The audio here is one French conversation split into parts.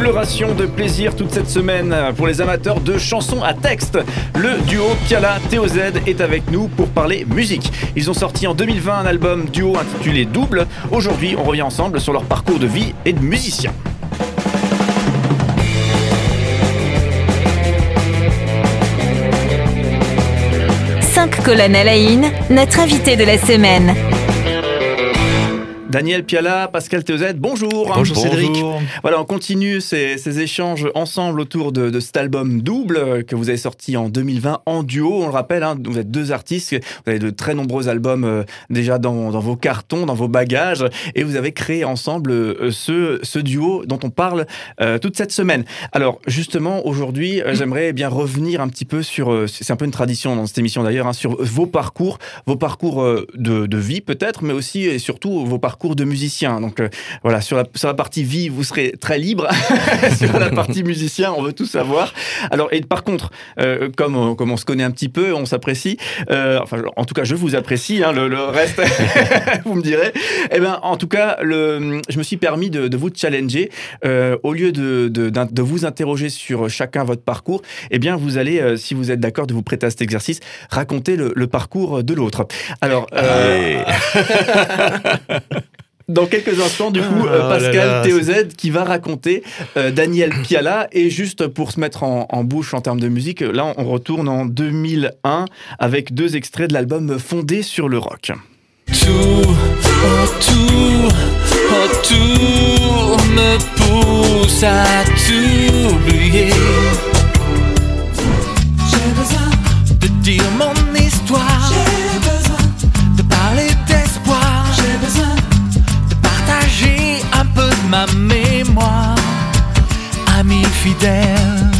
double ration de plaisir toute cette semaine pour les amateurs de chansons à texte. Le duo Piala-TOZ est avec nous pour parler musique. Ils ont sorti en 2020 un album duo intitulé Double. Aujourd'hui, on revient ensemble sur leur parcours de vie et de musicien. Colonne Alain, notre invité de la semaine. Daniel Piala, Pascal TOZ, bonjour. Bonjour Cédric. Voilà, on continue ces échanges ensemble autour de cet album Double que vous avez sorti en 2020 en duo. On le rappelle, vous êtes deux artistes, vous avez de très nombreux albums déjà dans vos cartons, dans vos bagages, et vous avez créé ensemble ce duo dont on parle toute cette semaine. Alors justement, aujourd'hui, j'aimerais bien revenir un petit peu sur, c'est un peu une tradition dans cette émission d'ailleurs, sur vos parcours de vie peut-être, mais aussi et surtout vos parcours de musicien. Donc voilà, sur la partie vie, vous serez très libre. Sur la partie musicien, on veut tout savoir. Alors, et par contre, comme on se connaît un petit peu, on s'apprécie. En tout cas, je vous apprécie. Le reste, vous me direz. Eh bien, en tout cas, je me suis permis de vous challenger. Au lieu de vous interroger sur chacun votre parcours, eh bien, vous allez, si vous êtes d'accord de vous prêter à cet exercice, raconter le parcours de l'autre. Alors, dans quelques instants, du coup, Pascal TOZ qui va raconter Daniel Piala. Et juste pour se mettre en bouche en termes de musique, là, on retourne en 2001 avec deux extraits de l'album Fondé sur le rock. Tout autour me pousse à t'oublier. J'ai besoin de dire mon histoire. J'ai besoin de parler d'espoir. J'ai besoin partager un peu de ma mémoire, ami fidèle.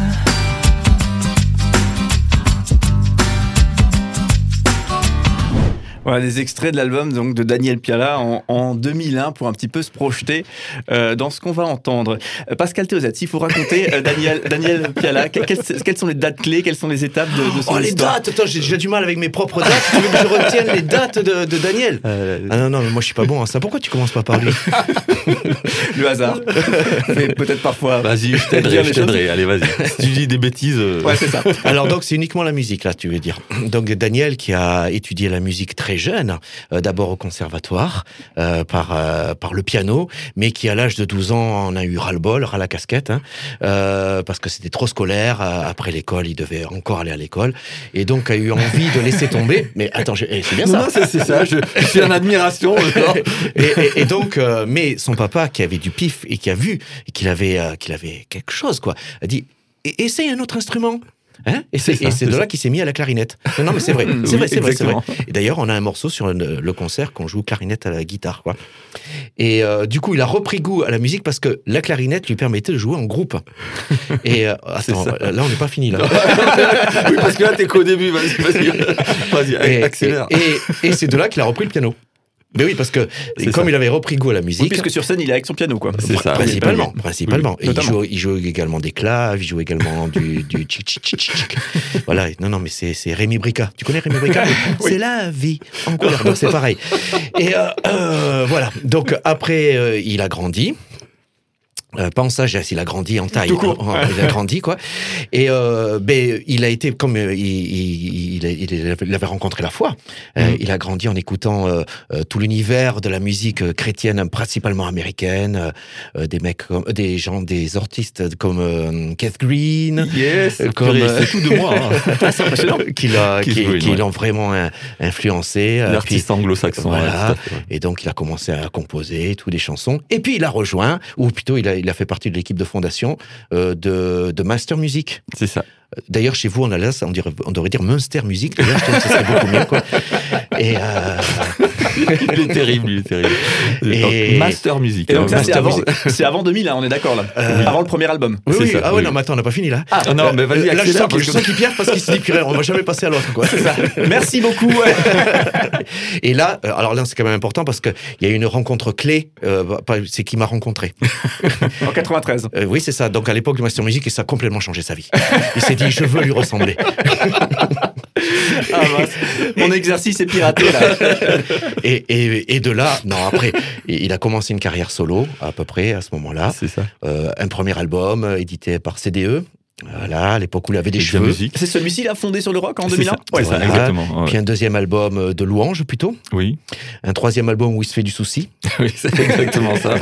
Voilà, des extraits de l'album donc, de Daniel Piala en 2001 pour un petit peu se projeter dans ce qu'on va entendre. Pascal TOZ, s'il faut raconter Daniel Piala, quelles sont les dates clés, quelles sont les étapes de son histoire? Les dates, attends, j'ai du mal avec mes propres dates. Tu veux que je retienne les dates de Daniel? Non, mais moi je suis pas bon à ça. Pourquoi tu commences pas par lui? Le hasard. Mais peut-être parfois. Vas-y, je t'aiderai. Allez, vas-y. Si tu dis des bêtises. Ouais, c'est ça. Alors donc c'est uniquement la musique là, tu veux dire. Donc Daniel qui a étudié la musique très jeune, d'abord au conservatoire par le piano, mais qui à l'âge de 12 ans en a eu ras-le-bol, ras la casquette, parce que c'était trop scolaire. Après l'école, il devait encore aller à l'école, et donc a eu envie de laisser tomber. Mais attends, c'est bien ça. Non, c'est ça. Je suis en admiration. et donc, mais son papa qui avait du pif et qui a vu qu'il avait quelque chose, quoi, a dit essaye un autre instrument. Et c'est de là qu'il s'est mis à la clarinette. Non, mais c'est vrai, c'est vrai. Et d'ailleurs, on a un morceau sur le concert qu'on joue clarinette à la guitare, quoi. Et du coup, il a repris goût à la musique parce que la clarinette lui permettait de jouer en groupe. Et attends, là, on n'est pas fini, là. Oui, parce que là, t'es qu'au début. Vas-y, accélère. Et c'est de là qu'il a repris le piano. Mais oui, parce que comme il avait repris goût à la musique... Oui, puisque sur scène, il est avec son piano, quoi. C'est ça. Principalement. Oui, Et il joue également des claves, il joue également du tchic. Voilà, non, mais c'est Rémi Brica. Tu connais Rémi Brica? Oui. C'est la vie en couleur, donc c'est pareil. Et voilà, donc après, il a grandi. Pas en sagesse, il a grandi en taille. Il a grandi, quoi. Et il a été comme il avait rencontré la foi. Il a grandi en écoutant tout l'univers de la musique chrétienne, principalement américaine, des artistes comme Keith Green, comme c'est tout de moi. C'est impressionnant. qui l'ont vraiment influencé. L'artiste anglo-saxon. Voilà. Et donc il a commencé à composer des chansons. Et puis il a rejoint, ou plutôt il a fait partie de l'équipe de fondation de Master Music. C'est ça. D'ailleurs, chez vous, en Alsace, on devrait dire Munster Music. D'ailleurs, je trouve que ça serait beaucoup mieux, quoi. Et il est terrible. Et Master Music. Et donc ça, c'est avant 2000, on est d'accord, là. Avant le premier album. Oui. Ça, ah ouais, non, mais attends, on n'a pas fini, là. Non, mais vas-y, là, je sens qu'il perd parce qu'il se dit, purée, on va jamais passer à l'autre, quoi. C'est ça. Merci beaucoup. Et là, alors là, c'est quand même important parce qu'il y a eu une rencontre clé, c'est qui m'a rencontré. En 93. Oui, c'est ça. Donc, à l'époque du Master Music, et ça a complètement changé sa vie. Il s'est dit, je veux lui ressembler. Ah mince, mon exercice est piraté là. Et de là, non, après, il a commencé une carrière solo, à peu près, à ce moment-là. C'est ça. Un premier album édité par CDE. Voilà, à l'époque où il avait des Et de la cheveux. musique. C'est celui-ci, il a fondé sur le rock en C'est 2001. ça, c'est ça, Voilà. exactement. Ouais. Puis un deuxième album de louanges, plutôt. Oui, Un troisième album où il se fait du souci. oui, c'est exactement ça.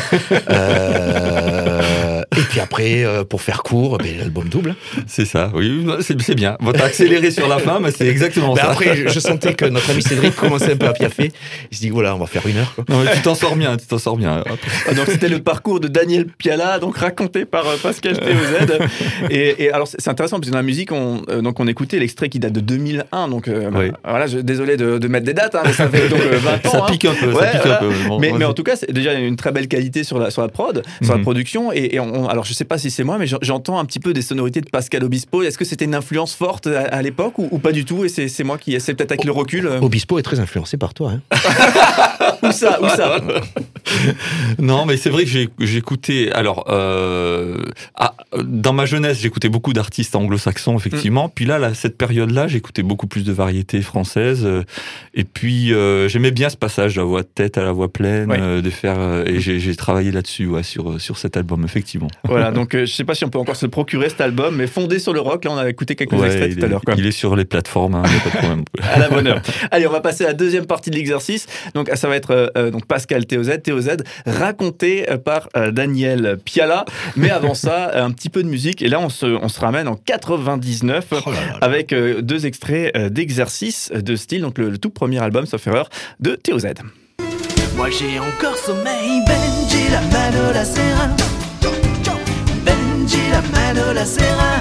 Voilà. Et puis après, pour faire court, l'album double. C'est ça, oui, c'est bien. Bon, t'as accéléré sur la fin, mais c'est exactement ça. Après, je sentais que notre ami Cédric commençait un peu à piaffer. Il se dit, voilà, on va faire 1 heure. Quoi. Non, mais tu t'en sors bien, tu t'en sors bien. Ah, donc c'était le parcours de Daniel Piala, donc raconté par Pascal TOZ. Et alors c'est intéressant parce que dans la musique, on écoutait l'extrait qui date de 2001. Donc Oui. voilà, désolé de mettre des dates, hein, mais ça fait donc 20 ans. Ça pique un peu, Ouais, ça pique voilà. un peu. Bon, Mais vas-y. en tout cas, c'est déjà une très belle qualité sur la prod, sur la Mhm. production. Alors je sais pas si c'est moi, mais j'entends un petit peu des sonorités de Pascal Obispo. Est-ce que c'était une influence forte à l'époque ou pas du tout? Et c'est moi qui essaie peut-être avec le recul. Obispo est très influencé par toi. Hein. Où ça? Non, mais c'est vrai que j'écoutais. Alors, dans ma jeunesse, j'écoutais beaucoup d'artistes anglo-saxons, effectivement. Puis là, cette période-là, j'écoutais beaucoup plus de variétés françaises. Et puis, j'aimais bien ce passage de la voix de tête à la voix pleine, Ouais. de faire. Et j'ai travaillé là-dessus, ouais, sur cet album, effectivement. Voilà, donc je sais pas si on peut encore se le procurer cet album, mais fondé sur le rock. Là, on a écouté quelques Ouais, extraits tout à l'heure. Quoi. il est sur les plateformes, il n'y a pas de problème. À la bonne heure. Allez, on va passer à la deuxième partie de l'exercice. Donc, ça va être donc Pascal TOZ, raconté par Daniel Piala. Mais avant ça, un petit peu de musique. Et là, on se ramène en 99 avec 2 extraits d'exercice de style. Donc, le tout premier album, sauf erreur, de TOZ. Moi j'ai encore sommeil, Benji la mano la serra. Benji la mano la serra.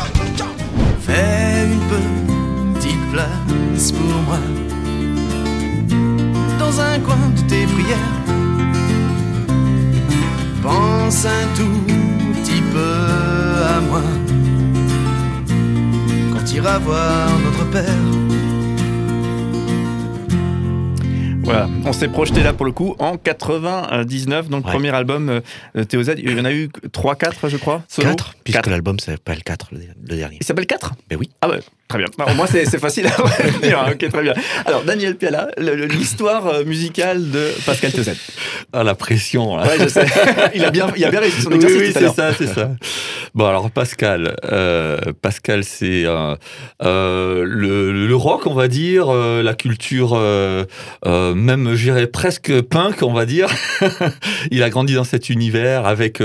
Fais une petite place pour moi dans un coin de tes prières. Pense un tout petit peu à moi quand t'iras voir notre père. Voilà, on s'est projeté là pour le coup en 99, donc Ouais. premier album TOZ. Il y en a eu 3-4, je crois. Solo. 4, puisque 4. l'album s'appelle 4, le dernier. Il s'appelle 4 ? Ben oui. Ah ouais, très bien. Bah, au moins, c'est facile à retenir. Hein. Ok, très bien. Alors, Daniel Piala, l'histoire musicale de Pascal TOZ. Ah, la pression, là. Ouais, je sais. Il a bien réussi son Oui, exercice oui, tout à l'heure. c'est ça. Bon, alors Pascal, c'est le rock, on va dire, la culture, même, je dirais, presque punk, on va dire. Il a grandi dans cet univers avec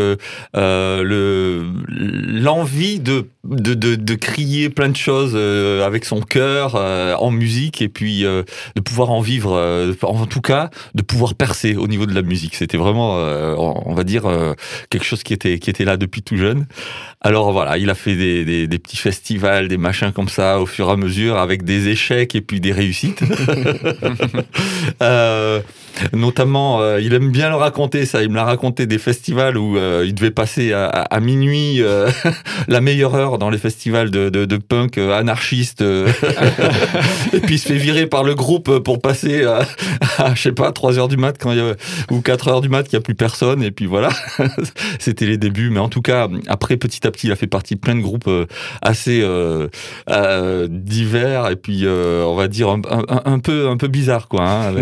l'envie de crier plein de choses avec son cœur en musique et puis de pouvoir en vivre, en tout cas, de pouvoir percer au niveau de la musique. C'était vraiment, on va dire, quelque chose qui était là depuis tout jeune. Alors voilà, il a fait des petits festivals, des machins comme ça au fur et à mesure avec des échecs et puis des réussites. Notamment, il aime bien le raconter, ça. Il me l'a raconté des festivals où il devait passer à minuit la meilleure heure dans les festivals de punk anarchistes. Et puis il se fait virer par le groupe pour passer à je sais pas, 3h du mat ou 4h du mat, qu'il n'y a plus personne. Et puis voilà, c'était les débuts. Mais en tout cas, après, petit à petit, il a fait partie de plein de groupes assez divers et puis, on va dire, un peu bizarre, quoi. Hein,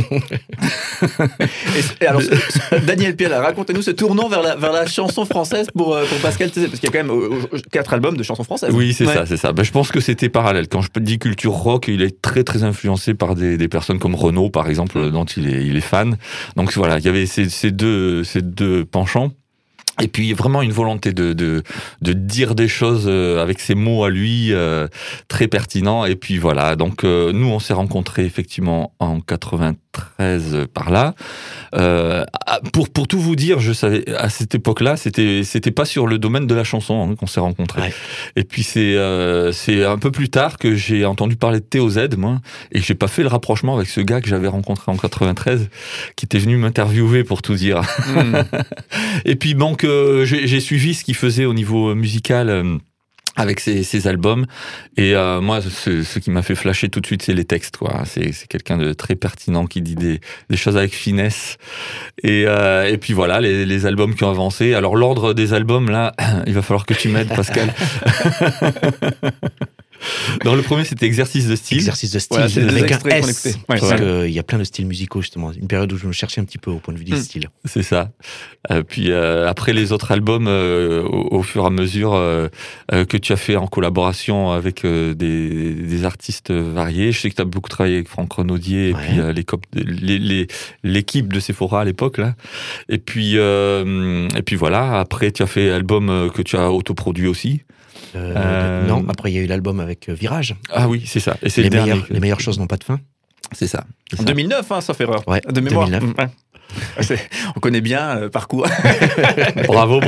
Et alors, Daniel Piala, racontez-nous ce tournant vers la chanson française pour Pascal TOZ, parce qu'il y a quand même 4 albums de chansons françaises. Oui, c'est Ouais. ça. Ben, je pense que c'était parallèle. Quand je dis culture rock, il est très très influencé par des personnes comme Renaud, par exemple, dont il est fan. Donc voilà, il y avait ces deux penchants. Et puis vraiment une volonté de dire des choses avec ses mots à lui, très pertinents. Et puis voilà, donc nous on s'est rencontrés effectivement en 93 par là. Pour tout vous dire, je savais à cette époque-là, c'était pas sur le domaine de la chanson qu'on s'est rencontrés. Ouais. Et puis c'est un peu plus tard que j'ai entendu parler de TOZ, moi, et que j'ai pas fait le rapprochement avec ce gars que j'avais rencontré en 93, qui était venu m'interviewer pour tout dire. Et puis donc j'ai suivi ce qu'il faisait au niveau musical. Avec ses albums, et moi ce qui m'a fait flasher tout de suite, c'est les textes, quoi. C'est quelqu'un de très pertinent qui dit des choses avec finesse, et puis voilà, les albums qui ont avancé. Alors l'ordre des albums là, il va falloir que tu m'aides, Pascal. Dans le premier, c'était exercice de style. Exercice de style, Voilà, c'est les avec un extraits qu'on S. écoutait. Ouais, Parce ouais. qu'il y a plein de styles musicaux, justement. Une période où je me cherchais un petit peu au point de vue du style. C'est ça. Puis après les autres albums, au fur et à mesure que tu as fait en collaboration avec des artistes variés, je sais que tu as beaucoup travaillé avec Franck Renaudier et Ouais. puis l'équipe de Sephora à l'époque là. Et puis voilà. Après, tu as fait album que tu as autoproduit aussi. Non, après il y a eu l'album avec Virage. Ah oui, c'est ça. Et c'est Les le dernier. meilleures choses n'ont pas de fin. C'est ça. En 2009, hein, sauf erreur. Ouais, De mémoire. 2009. Ouais. On connaît bien le parcours. Bravo.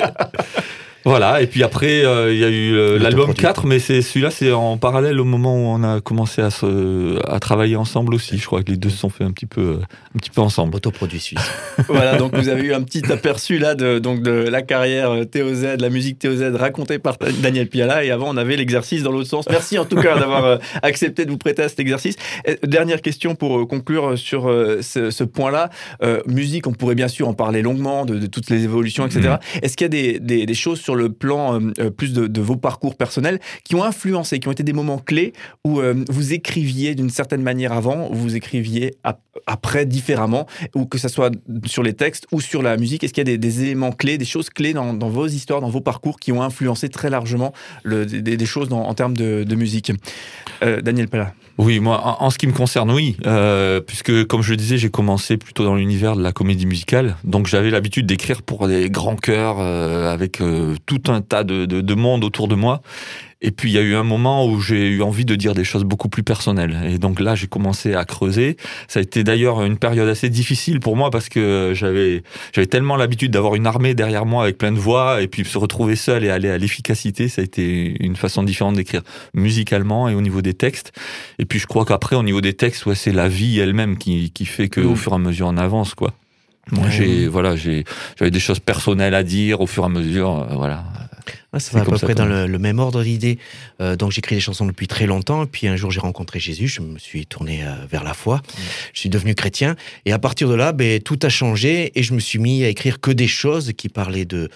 Voilà, et puis après, il y a eu l'album L'autoproduit. 4, mais c'est en parallèle au moment où on a commencé à travailler ensemble aussi. Je crois que les deux se sont fait un petit peu ensemble. Autoproduit suisse. Voilà, donc vous avez eu un petit aperçu là de la carrière TOZ, la musique TOZ racontée par Daniel Piala. Et avant, on avait l'exercice dans l'autre sens. Merci en tout cas d'avoir accepté de vous prêter à cet exercice. Et dernière question pour conclure sur ce point-là. Musique, on pourrait bien sûr en parler longuement de toutes les évolutions, etc. Est-ce qu'il y a des choses sur le plan plus de vos parcours personnels qui ont influencé, qui ont été des moments clés où vous écriviez d'une certaine manière avant, vous écriviez après différemment, ou que ce soit sur les textes ou sur la musique? Est-ce qu'il y a des éléments clés, des choses clés dans vos histoires, dans vos parcours qui ont influencé très largement des choses en termes de musique? Daniel Piala. Oui, moi, en ce qui me concerne, oui. Puisque, comme je le disais, j'ai commencé plutôt dans l'univers de la comédie musicale. Donc, j'avais l'habitude d'écrire pour des grands chœurs avec tout un tas de monde autour de moi. Et puis, il y a eu un moment où j'ai eu envie de dire des choses beaucoup plus personnelles. Et donc là, j'ai commencé à creuser. Ça a été d'ailleurs une période assez difficile pour moi parce que j'avais tellement l'habitude d'avoir une armée derrière moi avec plein de voix et puis se retrouver seul et aller à l'efficacité. Ça a été une façon différente d'écrire musicalement et au niveau des textes. Et puis, je crois qu'après, au niveau des textes, ouais, c'est la vie elle-même qui fait qu'au fur et à mesure, on avance, quoi. Moi, j'avais des choses personnelles à dire au fur et à mesure, voilà. Ouais, ça va à peu près dans le même ordre d'idées. Donc j'écris des chansons depuis très longtemps. Et puis un jour j'ai rencontré Jésus. Je me suis tourné vers la foi. Je suis devenu chrétien. Et à partir de là, tout a changé. Et je me suis mis à écrire que des choses qui parlaient de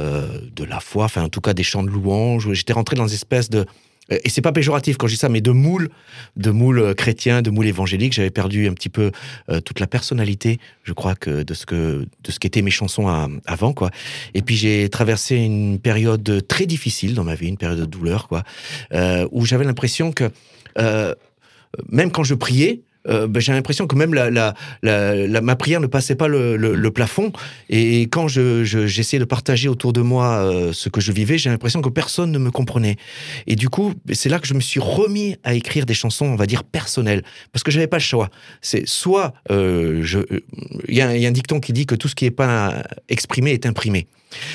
la foi. Enfin, en tout cas, des chants de louange. J'étais rentré dans une espèce de... Et c'est pas péjoratif quand je dis ça, mais de moule chrétien, de moule évangélique. J'avais perdu un petit peu toute la personnalité, je crois, que de ce qu'étaient mes chansons avant, quoi. Et puis j'ai traversé une période très difficile dans ma vie, une période de douleur, quoi, où j'avais l'impression que même quand je priais, j'ai l'impression que même ma prière ne passait pas le plafond. Et quand j'essayais de partager autour de moi ce que je vivais, j'ai l'impression que personne ne me comprenait. Et du coup, c'est là que je me suis remis à écrire des chansons, on va dire, personnelles. Parce que j'avais pas le choix. C'est soit... Il y a un dicton qui dit que tout ce qui n'est pas exprimé est imprimé.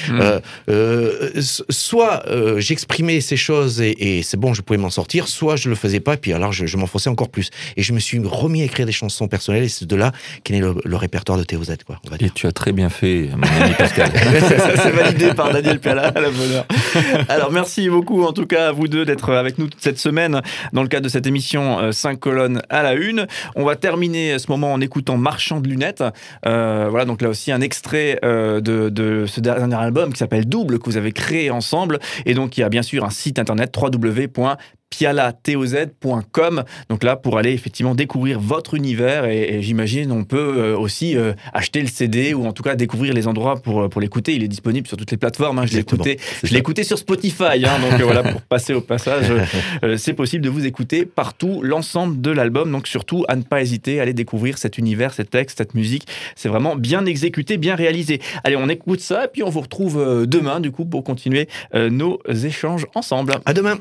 Soit j'exprimais ces choses et c'est bon, je pouvais m'en sortir, soit je le faisais pas et puis alors je m'enfonçais encore plus. Et je me suis remis à écrire des chansons personnelles et c'est de là qu'est né le répertoire de TOZ, quoi, on va dire. Et tu as très bien fait, mon ami Pascal. C'est validé par Daniel Piala, à la bonne heure. Alors merci beaucoup en tout cas à vous deux d'être avec nous toute cette semaine dans le cadre de cette émission 5 colonnes à la une. On va terminer ce moment en écoutant Marchand de lunettes. Voilà, donc là aussi un extrait de ce dernier album qui s'appelle Double, que vous avez créé ensemble. Et donc il y a bien sûr un site internet www.pialatoz.com. Donc là, pour aller effectivement découvrir votre univers et j'imagine on peut aussi acheter le CD ou en tout cas découvrir les endroits pour l'écouter. Il est disponible sur toutes les plateformes. Je l'ai écouté sur Spotify. Donc voilà, pour passer au passage, c'est possible de vous écouter partout l'ensemble de l'album. Donc surtout, à ne pas hésiter à aller découvrir cet univers, ces textes, cette musique. C'est vraiment bien exécuté, bien réalisé. Allez, on écoute ça et puis on vous retrouve demain du coup pour continuer nos échanges ensemble. À demain.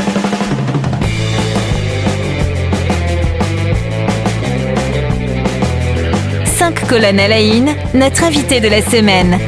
Cinq colonnes à la une, notre invité de la semaine.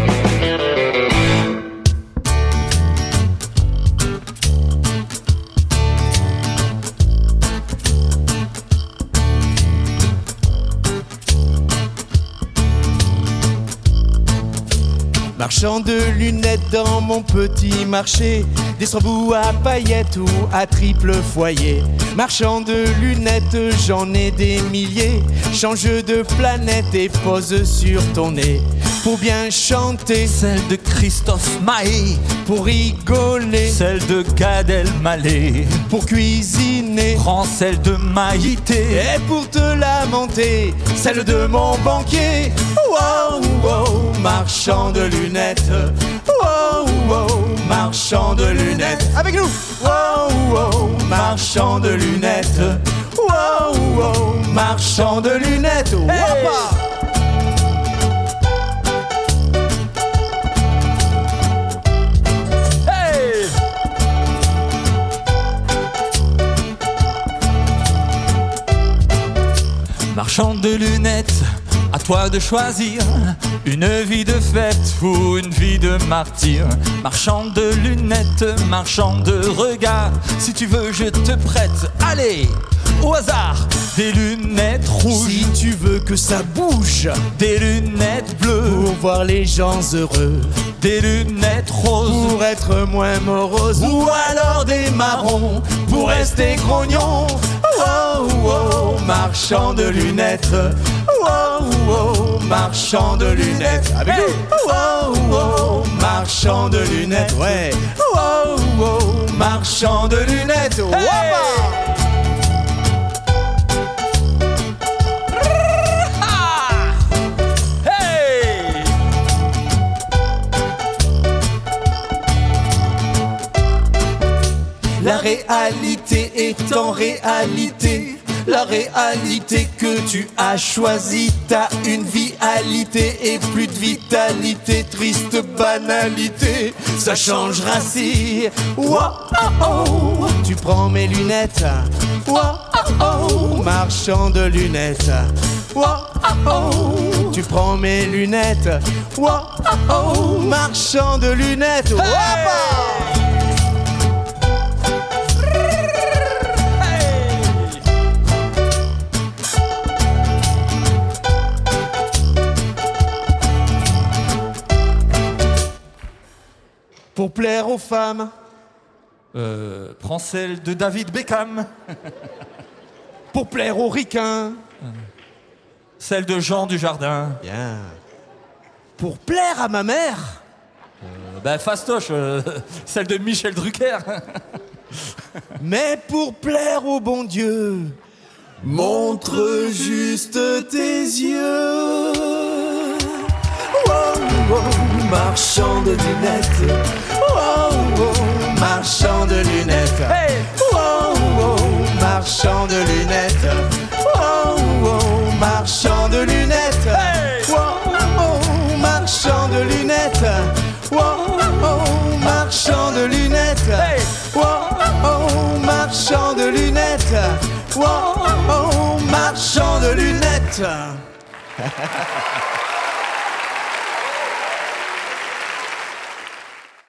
Marchand de lunettes dans mon petit marché, des Strasbourg à paillettes ou à triple foyer. Marchand de lunettes, j'en ai des milliers. Change de planète et pose sur ton nez. pour bien chanter, celle de Christophe Maé, pour rigoler, celle de Gad Elmaleh, pour cuisiner, prends celle de Maïté, et pour te lamenter, celle de mon banquier. Wow, wow, marchand de lunettes. Wow, wow, marchand de lunettes. Avec nous. Wow, wow, marchand de lunettes. Wow, wow, marchand de lunettes. Hey. Marchand de lunettes, à toi de choisir une vie de fête ou une vie de martyr. Marchand de lunettes, marchand de regard, si tu veux je te prête, allez, au hasard, des lunettes rouges. Si tu veux que ça bouge, des lunettes bleues pour voir les gens heureux, des lunettes roses pour être moins morose, ou alors des marrons pour rester grognon. Oh, oh, marchand de lunettes. Oh, oh, marchand de lunettes. Avec nous. Oh, oh, marchand de lunettes. Ouais. Oh, oh, marchand de lunettes. Hey. La réalité est en réalité. La réalité que tu as choisie, t'as une vitalité et plus de vitalité, triste banalité, ça changera si. Wow, oh, oh, tu prends mes lunettes. Wow, oh, oh, marchand de lunettes. Wow, oh, oh, tu prends mes lunettes. Wow, oh, oh, marchand de lunettes. Wow, oh. Pour plaire aux femmes, prends celle de David Beckham. pour plaire aux ricains, celle de Jean Dujardin. bien. Pour plaire à ma mère, Fastoche, celle de Michel Drucker. mais pour plaire au bon Dieu, montre juste tes yeux. Oh, oh, marchand de lunettes. Oh, oh, marchand de lunettes. Hey. Oh, oh, marchand de lunettes. Oh, oh, marchand de lunettes. Hey. Oh, oh, marchand de lunettes. Oh, oh, marchand de lunettes. Hey. Oh, oh, marchand de lunettes. Oh, oh, marchand de lunettes.